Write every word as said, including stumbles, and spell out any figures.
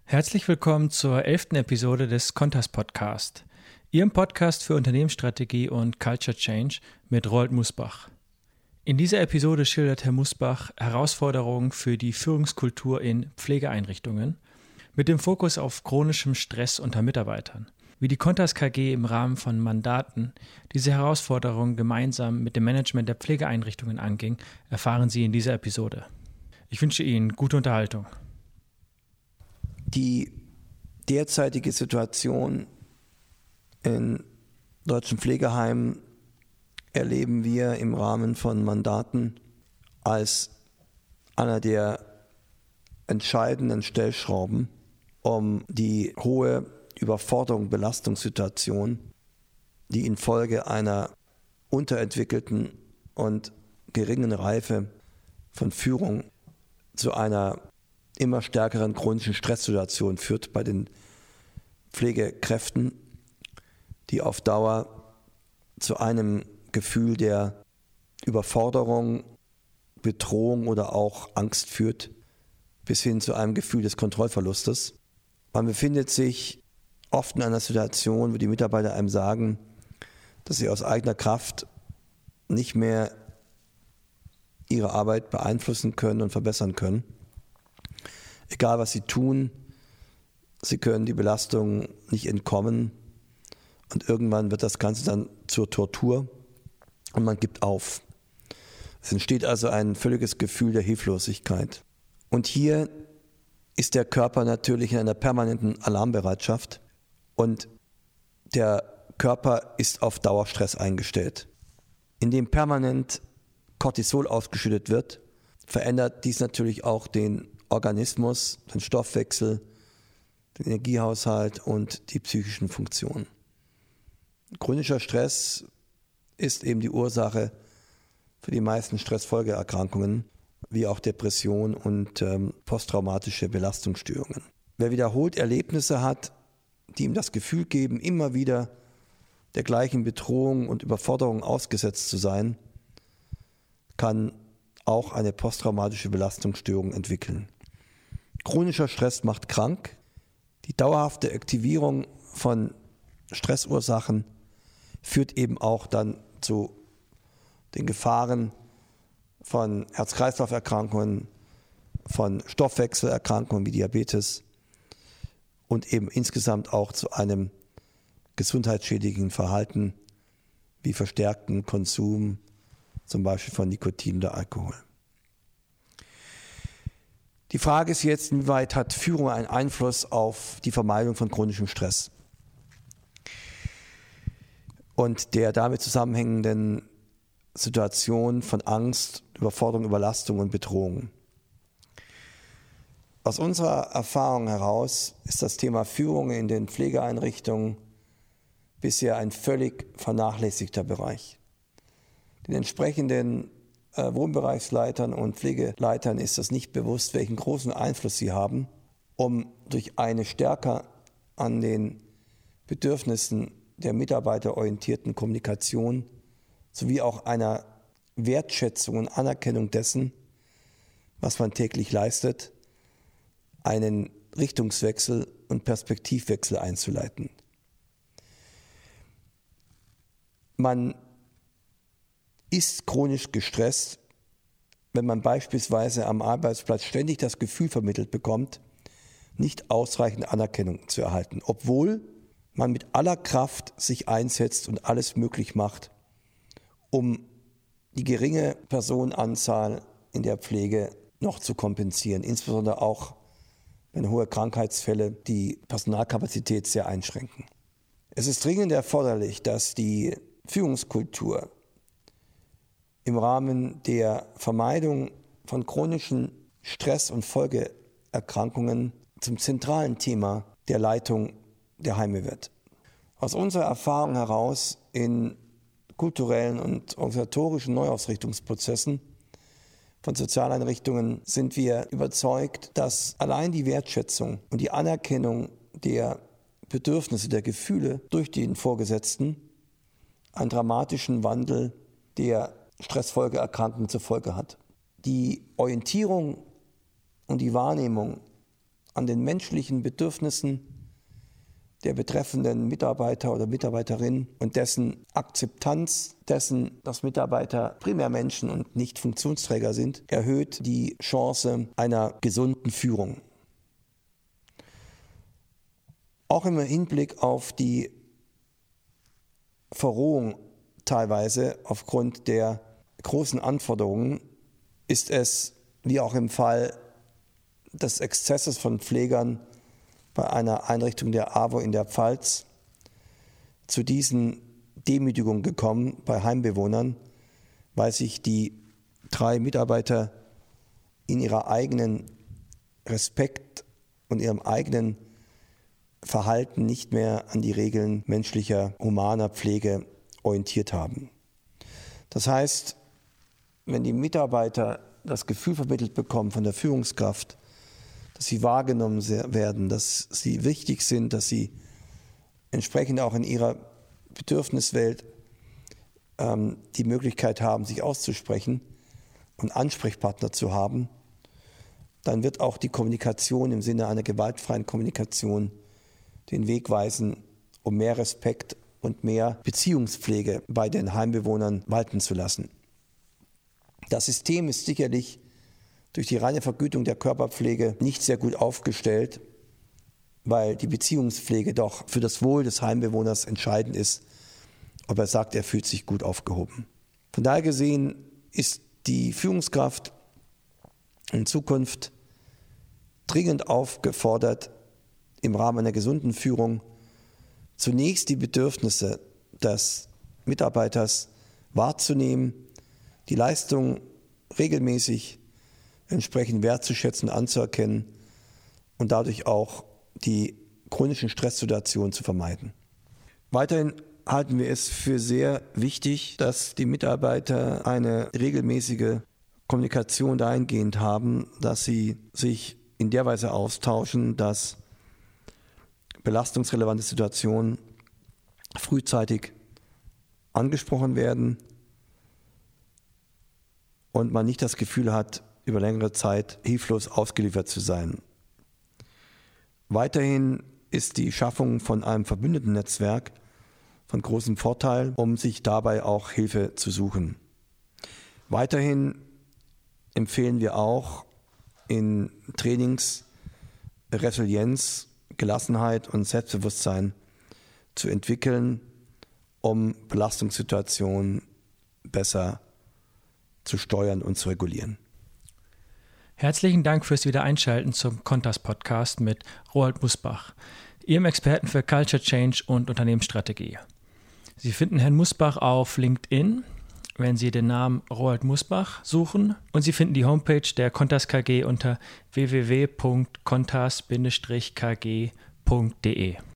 Herzlich willkommen zur elften Episode des Contas Podcast, Ihrem Podcast für Unternehmensstrategie und Culture Change mit Roald Musbach. In dieser Episode schildert Herr Musbach Herausforderungen für die Führungskultur in Pflegeeinrichtungen mit dem Fokus auf chronischem Stress unter Mitarbeitern. Wie die Contas K G im Rahmen von Mandaten diese Herausforderungen gemeinsam mit dem Management der Pflegeeinrichtungen anging, erfahren Sie in dieser Episode. Ich wünsche Ihnen gute Unterhaltung. Die derzeitige Situation in deutschen Pflegeheimen erleben wir im Rahmen von Mandaten als einer der entscheidenden Stellschrauben, um die hohe Überforderung, Belastungssituation, die infolge einer unterentwickelten und geringen Reife von Führung zu einer immer stärkeren chronischen Stresssituation führt bei den Pflegekräften, die auf Dauer zu einem Gefühl der Überforderung, Bedrohung oder auch Angst führt, bis hin zu einem Gefühl des Kontrollverlustes. Man befindet sich oft in einer Situation, wo die Mitarbeiter einem sagen, dass sie aus eigener Kraft nicht mehr ihre Arbeit beeinflussen können und verbessern können. Egal was sie tun, sie können die Belastung nicht entkommen und irgendwann wird das Ganze dann zur Tortur und man gibt auf. Es entsteht also ein völliges Gefühl der Hilflosigkeit. Und hier ist der Körper natürlich in einer permanenten Alarmbereitschaft und der Körper ist auf Dauerstress eingestellt. Indem permanent Cortisol ausgeschüttet wird, verändert dies natürlich auch den Organismus, den Stoffwechsel, den Energiehaushalt und die psychischen Funktionen. Chronischer Stress ist eben die Ursache für die meisten Stressfolgeerkrankungen, wie auch Depression und ähm, posttraumatische Belastungsstörungen. Wer wiederholt Erlebnisse hat, die ihm das Gefühl geben, immer wieder der gleichen Bedrohung und Überforderung ausgesetzt zu sein, kann auch eine posttraumatische Belastungsstörung entwickeln. Chronischer Stress macht krank. Die dauerhafte Aktivierung von Stressursachen führt eben auch dann zu den Gefahren von Herz-Kreislauf-Erkrankungen, von Stoffwechselerkrankungen wie Diabetes und eben insgesamt auch zu einem gesundheitsschädigenden Verhalten wie verstärkten Konsum, zum Beispiel von Nikotin oder Alkohol. Die Frage ist jetzt, inwieweit hat Führung einen Einfluss auf die Vermeidung von chronischem Stress und der damit zusammenhängenden Situation von Angst, Überforderung, Überlastung und Bedrohung. Aus unserer Erfahrung heraus ist das Thema Führung in den Pflegeeinrichtungen bisher ein völlig vernachlässigter Bereich. Den entsprechenden äh, Wohnbereichsleitern und Pflegeleitern ist das nicht bewusst, welchen großen Einfluss sie haben, um durch eine stärker an den Bedürfnissen der Mitarbeiter orientierten Kommunikation sowie auch einer Wertschätzung und Anerkennung dessen, was man täglich leistet, einen Richtungswechsel und Perspektivwechsel einzuleiten. Man ist chronisch gestresst, wenn man beispielsweise am Arbeitsplatz ständig das Gefühl vermittelt bekommt, nicht ausreichend Anerkennung zu erhalten, obwohl man mit aller Kraft sich einsetzt und alles möglich macht, um die geringe Personenanzahl in der Pflege noch zu kompensieren, insbesondere auch, wenn hohe Krankheitsfälle die Personalkapazität sehr einschränken. Es ist dringend erforderlich, dass die Führungskultur im Rahmen der Vermeidung von chronischen Stress- und Folgeerkrankungen zum zentralen Thema der Leitung der Heime wird. Aus unserer Erfahrung heraus in kulturellen und organisatorischen Neuausrichtungsprozessen von Sozialeinrichtungen sind wir überzeugt, dass allein die Wertschätzung und die Anerkennung der Bedürfnisse, der Gefühle durch den Vorgesetzten einen dramatischen Wandel der Stressfolgeerkrankungen zur Folge hat. Die Orientierung und die Wahrnehmung an den menschlichen Bedürfnissen der betreffenden Mitarbeiter oder Mitarbeiterin und dessen Akzeptanz dessen, dass Mitarbeiter primär Menschen und nicht Funktionsträger sind, erhöht die Chance einer gesunden Führung. Auch im Hinblick auf die Verrohung teilweise aufgrund der großen Anforderungen ist es, wie auch im Fall des Exzesses von Pflegern bei einer Einrichtung der A W O in der Pfalz, zu diesen Demütigungen gekommen bei Heimbewohnern, weil sich die drei Mitarbeiter in ihrer eigenen Respekt und ihrem eigenen Verhalten nicht mehr an die Regeln menschlicher, humaner Pflege orientiert haben. Das heißt, wenn die Mitarbeiter das Gefühl vermittelt bekommen von der Führungskraft, dass sie wahrgenommen werden, dass sie wichtig sind, dass sie entsprechend auch in ihrer Bedürfniswelt ähm, die Möglichkeit haben, sich auszusprechen und Ansprechpartner zu haben, dann wird auch die Kommunikation im Sinne einer gewaltfreien Kommunikation den Weg weisen, um mehr Respekt und mehr Beziehungspflege bei den Heimbewohnern walten zu lassen. Das System ist sicherlich durch die reine Vergütung der Körperpflege nicht sehr gut aufgestellt, weil die Beziehungspflege doch für das Wohl des Heimbewohners entscheidend ist, ob er sagt, er fühlt sich gut aufgehoben. Von daher gesehen ist die Führungskraft in Zukunft dringend aufgefordert, im Rahmen einer gesunden Führung zunächst die Bedürfnisse des Mitarbeiters wahrzunehmen, die Leistung regelmäßig entsprechend wertzuschätzen, anzuerkennen und dadurch auch die chronischen Stresssituationen zu vermeiden. Weiterhin halten wir es für sehr wichtig, dass die Mitarbeiter eine regelmäßige Kommunikation dahingehend haben, dass sie sich in der Weise austauschen, dass belastungsrelevante Situationen frühzeitig angesprochen werden und man nicht das Gefühl hat, über längere Zeit hilflos ausgeliefert zu sein. Weiterhin ist die Schaffung von einem Verbündetennetzwerk von großem Vorteil, um sich dabei auch Hilfe zu suchen. Weiterhin empfehlen wir auch in Trainings Resilienz, Gelassenheit und Selbstbewusstsein zu entwickeln, um Belastungssituationen besser zu steuern und zu regulieren. Herzlichen Dank fürs Wiedereinschalten zum Contas Podcast mit Roald Musbach, Ihrem Experten für Culture Change und Unternehmensstrategie. Sie finden Herrn Musbach auf LinkedIn, wenn Sie den Namen Roald Musbach suchen, und Sie finden die Homepage der Contas K G unter w w w punkt contas Bindestrich k g punkt d e.